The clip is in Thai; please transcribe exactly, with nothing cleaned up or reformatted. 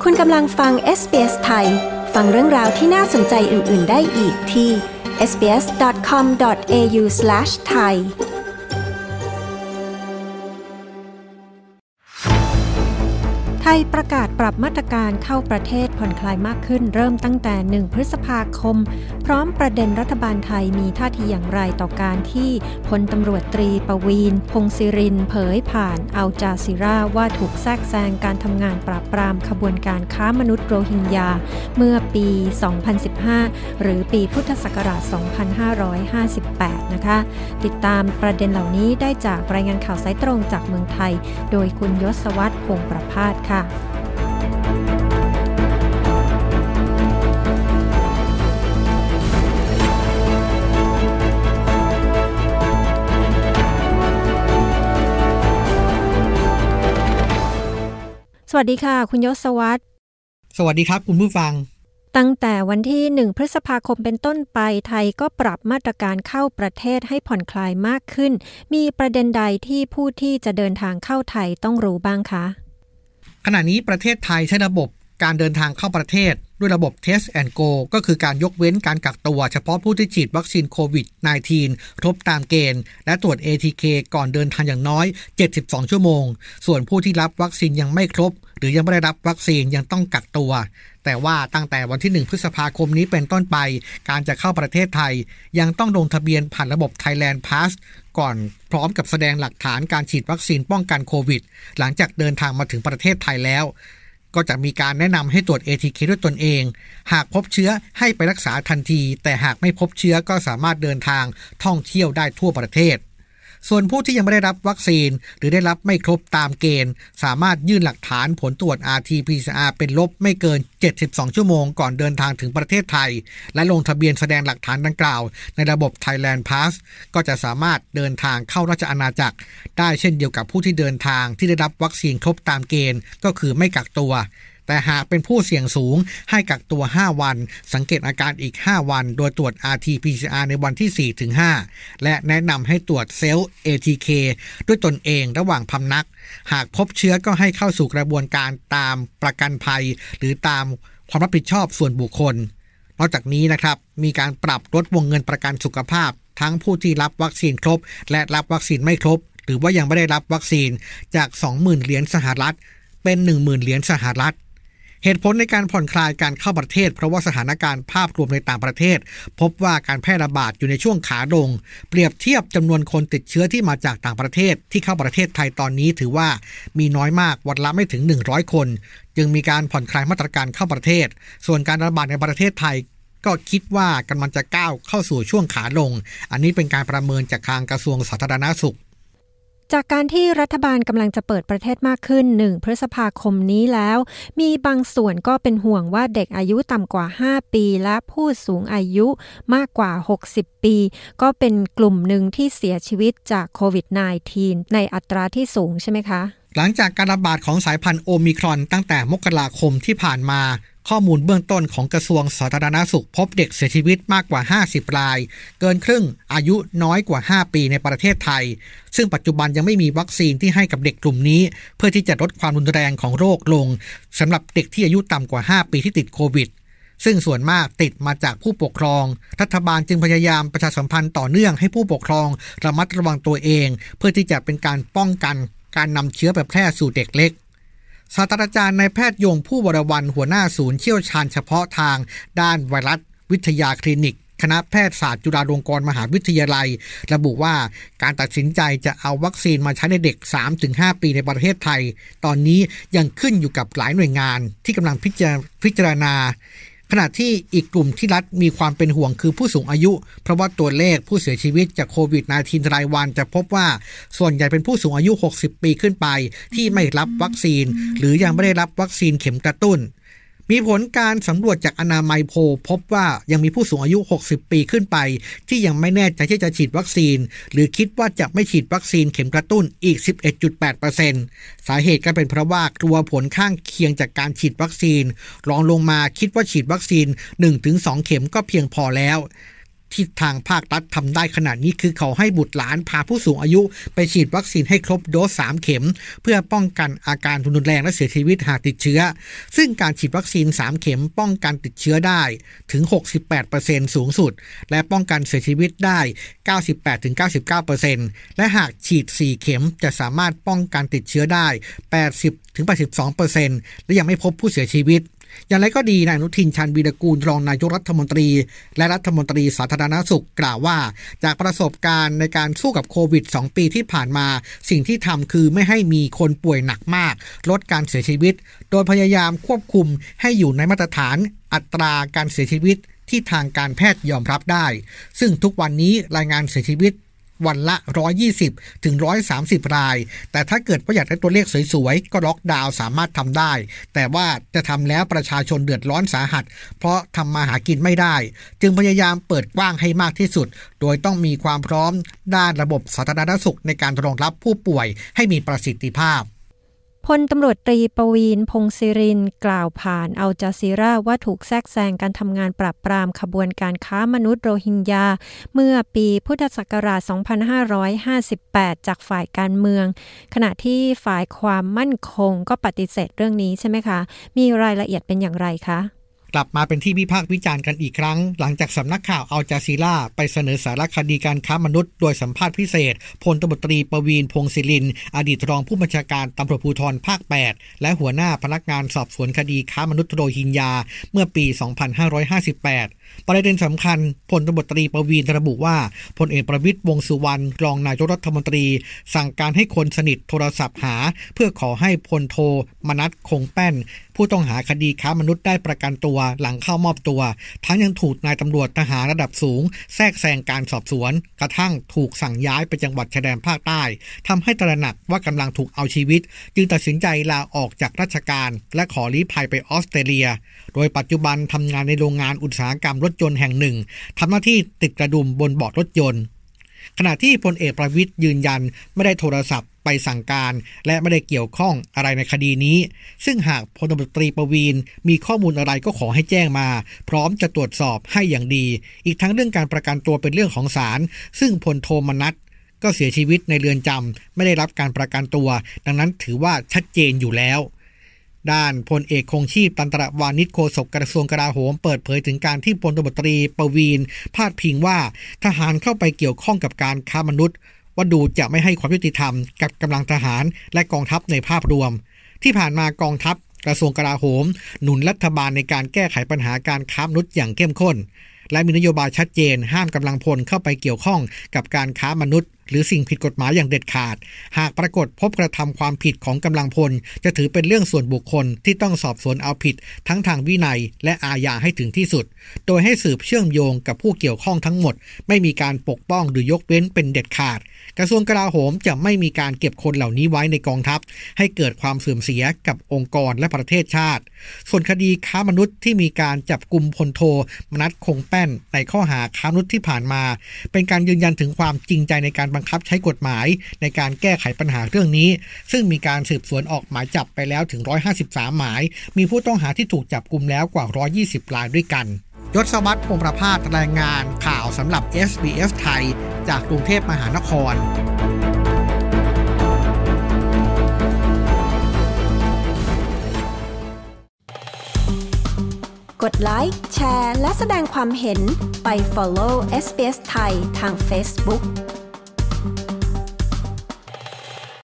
คุณกำลังฟัง เอส บี เอส ไทยฟังเรื่องราวที่น่าสนใจอื่นๆได้อีกที่ เอส บี เอส ดอท คอม ดอท เอ ยู สแลช ไทยไทยประกาศปรับมาตรการเข้าประเทศผ่อนคลายมากขึ้นเริ่มตั้งแต่หนึ่งพฤษภาคมพร้อมประเด็นรัฐบาลไทยมีท่าทีอย่างไรต่อการที่พลตำรวจตรีประวีณ พงศิรินทร์เผยผ่านอัลจาซีราว่าถูกแทรกแซงการทำงานปราบปรามขบวนการค้ามนุษย์โรฮิงญาเมื่อปี สองพันสิบห้า หรือปีพุทธศักราช สองพันห้าร้อยห้าสิบแปด นะคะติดตามประเด็นเหล่านี้ได้จากรายงานข่าวสายตรงจากเมืองไทยโดยคุณยศวัฒน์ วงศ์ประภาสค่ะสวัสดีค่ะคุณยศวัฒน์สวัสดีครับคุณผู้ฟังตั้งแต่วันที่หนึ่งพฤษภาคมเป็นต้นไปไทยก็ปรับมาตรการเข้าประเทศให้ผ่อนคลายมากขึ้นมีประเด็นใดที่ผู้ที่จะเดินทางเข้าไทยต้องรู้บ้างคะขณะนี้ประเทศไทยใช้ระบบการเดินทางเข้าประเทศด้วยระบบ Test and Go ก็คือการยกเว้นการกักตัวเฉพาะผู้ที่ฉีดวัคซีนโควิด สิบเก้า ครบตามเกณฑ์และตรวจ เอ ที เค ก่อนเดินทางอย่างน้อยเจ็ดสิบสองชั่วโมงส่วนผู้ที่รับวัคซีนยังไม่ครบหรือยังไม่ได้รับวัคซีนยังต้องกักตัวแต่ว่าตั้งแต่วันที่หนึ่งพฤษภาคมนี้เป็นต้นไปการจะเข้าประเทศไทยยังต้องลงทะเบียนผ่านระบบ Thailand Pass ก่อนพร้อมกับแสดงหลักฐานการฉีดวัคซีนป้องกันโควิดหลังจากเดินทางมาถึงประเทศไทยแล้วก็จะมีการแนะนำให้ตรวจ เอ ที เค ด้วยตนเองหากพบเชื้อให้ไปรักษาทันทีแต่หากไม่พบเชื้อก็สามารถเดินทางท่องเที่ยวได้ทั่วประเทศส่วนผู้ที่ยังไม่ได้รับวัคซีนหรือได้รับไม่ครบตามเกณฑ์สามารถยื่นหลักฐานผลตรวจ อาร์ ที พี ซี อาร์ เป็นลบไม่เกินเจ็ดสิบสองชั่วโมงก่อนเดินทางถึงประเทศไทยและลงทะเบียนแสดงหลักฐานดังกล่าวในระบบ Thailand Pass ก็จะสามารถเดินทางเข้าราชอาณาจักรได้เช่นเดียวกับผู้ที่เดินทางที่ได้รับวัคซีนครบตามเกณฑ์ก็คือไม่กักตัวแต่หากเป็นผู้เสี่ยงสูงให้กักตัวห้าวันสังเกตอาการอีกห้าวันโดยตรวจ อาร์ ที พี ซี อาร์ ในวันที่ สี่ถึงห้า และแนะนำให้ตรวจเซลล์ เอ ที เค ด้วยตนเองระหว่างพำนักหากพบเชื้อก็ให้เข้าสู่กระบวนการตามประกันภัยหรือตามความรับผิดชอบส่วนบุคคลนอกจากนี้นะครับมีการปรับลดวงเงินประกันสุขภาพทั้งผู้ที่รับวัคซีนครบและรับวัคซีนไม่ครบหรือว่ายังไม่ได้รับวัคซีนจาก สองหมื่น เหรียญสหรัฐเป็น หนึ่งหมื่น เหรียญสหรัฐเหตุผลในการผ่อนคลายการเข้าประเทศเพราะว่าสถานการณ์ภาพรวมในต่างประเทศพบว่าการแพร่ระบาดอยู่ในช่วงขาลงเปรียบเทียบจำนวนคนติดเชื้อที่มาจากต่างประเทศที่เข้าประเทศไทยตอนนี้ถือว่ามีน้อยมากวันละไม่ถึงหนึ่งร้อยคนจึงมีการผ่อนคลายมาตรการเข้าประเทศส่วนการระบาดในประเทศไทยก็คิดว่ากำลังจะก้าวเข้าสู่ช่วงขาลงอันนี้เป็นการประเมินจากทางกระทรวงสาธารณสุขจากการที่รัฐบาลกำลังจะเปิดประเทศมากขึ้นหนึ่งพฤษภาคมนี้แล้วมีบางส่วนก็เป็นห่วงว่าเด็กอายุต่ำกว่าห้าปีและผู้สูงอายุมากกว่าหกสิบปีก็เป็นกลุ่มหนึ่งที่เสียชีวิตจากโควิด สิบเก้า ในอัตราที่สูงใช่ไหมคะหลังจากการระบาดของสายพันธุ์โอมิครอนตั้งแต่มกราคมที่ผ่านมาข้อมูลเบื้องต้นของกระทรวงสาธารณสุขพบเด็กเสียชีวิตมากกว่าห้าสิบรายเกินครึ่งอายุน้อยกว่าห้าปีในประเทศไทยซึ่งปัจจุบันยังไม่มีวัคซีนที่ให้กับเด็กกลุ่มนี้เพื่อที่จะลดความรุนแรงของโรคลงสำหรับเด็กที่อายุต่ำกว่าห้าปีที่ติดโควิดซึ่งส่วนมากติดมาจากผู้ปกครองรัฐบาลจึงพยายามประชาสัมพันธ์ต่อเนื่องให้ผู้ปกครองระมัดระวังตัวเองเพื่อที่จะเป็นการป้องกันการนำเชื้อไปแพร่สู่เด็กเล็กศาสตราจารย์นายแพทย์ยงผู้วรวรรณหัวหน้าศูนย์เชี่ยวชาญเฉพาะทางด้านไวรัสวิทยาคลินิกคณะแพทยศาสตร์จุฬาลงกรณ์มหาวิทยาลัยระบุว่าการตัดสินใจจะเอาวัคซีนมาใช้ในเด็ก สามถึงห้า ปีในประเทศไทยตอนนี้ยังขึ้นอยู่กับหลายหน่วยงานที่กำลังพิจารพิจารณาขณะที่อีกกลุ่มที่รัฐมีความเป็นห่วงคือผู้สูงอายุเพราะว่าตัวเลขผู้เสียชีวิตจากโควิด สิบเก้า รายวันจะพบว่าส่วนใหญ่เป็นผู้สูงอายุหกสิบปีขึ้นไปที่ไม่รับวัคซีนหรือยังไม่ได้รับวัคซีนเข็มกระตุ้นมีผลการสำรวจจากอนามัยโพลพบว่ายังมีผู้สูงอายุหกสิบปีขึ้นไปที่ยังไม่แน่ใจที่จะฉีดวัคซีนหรือคิดว่าจะไม่ฉีดวัคซีนเข็มกระตุ้นอีก สิบเอ็ดจุดแปดเปอร์เซ็นต์ สาเหตุก็เป็นเพราะว่ากลัวผลข้างเคียงจากการฉีดวัคซีนรองลงมาคิดว่าฉีดวัคซีน หนึ่งถึงสอง เข็มก็เพียงพอแล้วที่ทางภาครัฐทำได้ขณะนี้คือเขาให้บุตรหลานพาผู้สูงอายุไปฉีดวัคซีนให้ครบโดสสามเข็มเพื่อป้องกันอาการรุนแรงและเสียชีวิตหากติดเชื้อซึ่งการฉีดวัคซีนสามเข็มป้องกันติดเชื้อได้ถึง หกสิบแปดเปอร์เซ็นต์ สูงสุดและป้องกันเสียชีวิตได้ เก้าสิบแปดถึงเก้าสิบเก้าเปอร์เซ็นต์ และหากฉีดสี่เข็มจะสามารถป้องกันติดเชื้อได้ แปดสิบถึงแปดสิบสองเปอร์เซ็นต์ และยังไม่พบผู้เสียชีวิตอย่างไรก็ดีนายอนุทินชาญวีรกูลรองนายกรัฐมนตรีและรัฐมนตรีสาธารณสุขกล่าวว่าจากประสบการณ์ในการสู้กับโควิดสองปีที่ผ่านมาสิ่งที่ทำคือไม่ให้มีคนป่วยหนักมากลดการเสียชีวิตโดยพยายามควบคุมให้อยู่ในมาตรฐานอัตราการเสียชีวิตที่ทางการแพทย์ยอมรับได้ซึ่งทุกวันนี้รายงานเสียชีวิตวันละหนึ่งร้อยยี่สิบถึงหนึ่งร้อยสามสิบรายแต่ถ้าเกิดว่าอยากได้ตัวเลขสวยๆก็ล็อกดาวน์สามารถทำได้แต่ว่าจะทำแล้วประชาชนเดือดร้อนสาหัสเพราะทำมาหากินไม่ได้จึงพยายามเปิดกว้างให้มากที่สุดโดยต้องมีความพร้อมด้านระบบสาธารณสุขในการรองรับผู้ป่วยให้มีประสิทธิภาพพลตำรวจตรีประวีณ พงศิรินทร์กล่าวผ่านอัลจาซีราว่าถูกแทรกแซงการทำงานปราบปรามขบวนการค้ามนุษย์โรฮิงญาเมื่อปีพุทธศักราช สองพันห้าร้อยห้าสิบแปด จากฝ่ายการเมืองขณะที่ฝ่ายความมั่นคงก็ปฏิเสธเรื่องนี้ใช่ไหมคะมีรายละเอียดเป็นอย่างไรคะกลับมาเป็นที่วิพากษ์วิจารณ์กันอีกครั้งหลังจากสำนักข่าวอัลจาซีราไปเสนอสารคดีการค้ามนุษย์โดยสัมภาษณ์พิเศษพลตำรวจตรีประวีณ พงศิรินทร์อดีตรองผู้บัญชาการตำรวจภูธรภาคแปดและหัวหน้าพนักงานสอบสวนคดีค้ามนุษย์โรฮิงญาเมื่อปี สองพันห้าร้อยห้าสิบแปดประเด็นสำคัญพลตำรวจตรีประวีณระบุว่าพลเอกประวิตรวงษ์สุวรรณรองนายกรัฐมนตรีสั่งการให้คนสนิทโทรศัพท์หาเพื่อขอให้พลโทมนัสคงแป้นผู้ต้องหาคดีค้ามนุษย์ได้ประกันตัวหลังเข้ามอบตัวทั้งยังถูกนายตำรวจทหารระดับสูงแทรกแซงการสอบสวนกระทั่งถูกสั่งย้ายไปจังหวัดชายแดนภาคใต้ทำให้ตระหนักว่ากำลังถูกเอาชีวิตจึงตัดสินใจลาออกจากราชการและขอลี้ภัยไปออสเตรเลียโดยปัจจุบันทำงานในโรงงานอุตสาหกรรมรถยนต์แห่งหนึ่งทำหน้าที่ติดกระดุมบนเบาะรถยนต์ขณะที่พลเอกประวิตรยืนยันไม่ได้โทรศัพท์ไปสั่งการและไม่ได้เกี่ยวข้องอะไรในคดีนี้ซึ่งหากพลตำรวจตรีประวีณมีข้อมูลอะไรก็ขอให้แจ้งมาพร้อมจะตรวจสอบให้อย่างดีอีกทั้งเรื่องการประกันตัวเป็นเรื่องของศาลซึ่งพลโทมนัสก็เสียชีวิตในเรือนจำไม่ได้รับการประกันตัวดังนั้นถือว่าชัดเจนอยู่แล้วด้านพลเอกคงชีพตันตระวานิชโฆษกกระทรวงกลาโหมเปิดเผยถึงการที่พลตำรวจตรีประวีณพาดพิงว่าทหารเข้าไปเกี่ยวข้องกับการค้ามนุษย์ว่าดูจะไม่ให้ความยุติธรรมกับกำลังทหารและกองทัพในภาพรวมที่ผ่านมากองทัพกระทรวงกลาโหมหนุนรัฐบาลในการแก้ไขปัญหาการค้ามนุษย์อย่างเข้มข้นและมีนโยบายชัดเจนห้ามกำลังพลเข้าไปเกี่ยวข้องกับการค้ามนุษย์หรือสิ่งผิดกฎหมายอย่างเด็ดขาดหากปรากฏพบกระทำความผิดของกำลังพลจะถือเป็นเรื่องส่วนบุคคลที่ต้องสอบสวนเอาผิดทั้งทางวินัยและอาญาให้ถึงที่สุดโดยให้สืบเชื่อมโยงกับผู้เกี่ยวข้องทั้งหมดไม่มีการปกป้องหรือยกเว้นเป็นเด็ดขาดกระทรวงกลาโหมจะไม่มีการเก็บคนเหล่านี้ไว้ในกองทัพให้เกิดความเสื่อมเสียกับองค์กรและประเทศชาติส่วนคดีค้ามนุษย์ที่มีการจับกุมพลโทมนัสคงแป้นในข้อหาค้ามนุษย์ที่ผ่านมาเป็นการยืนยันถึงความจริงใจในการบังคับใช้กฎหมายในการแก้ไขปัญหาเรื่องนี้ซึ่งมีการสืบสวนออกหมายจับไปแล้วถึงหนึ่งร้อยห้าสิบสามหมายมีผู้ต้องหาที่ถูกจับกุมแล้วกว่าหนึ่งร้อยยี่สิบรายด้วยกันยศวัฒน์ พงษ์ประภาสรายงานข่าวสำหรับ เอส บี เอส ไทยจากกรุงเทพมหานครกดไลค์แชร์และแสดงความเห็นไป follow เอส บี เอส ไทยทาง Facebook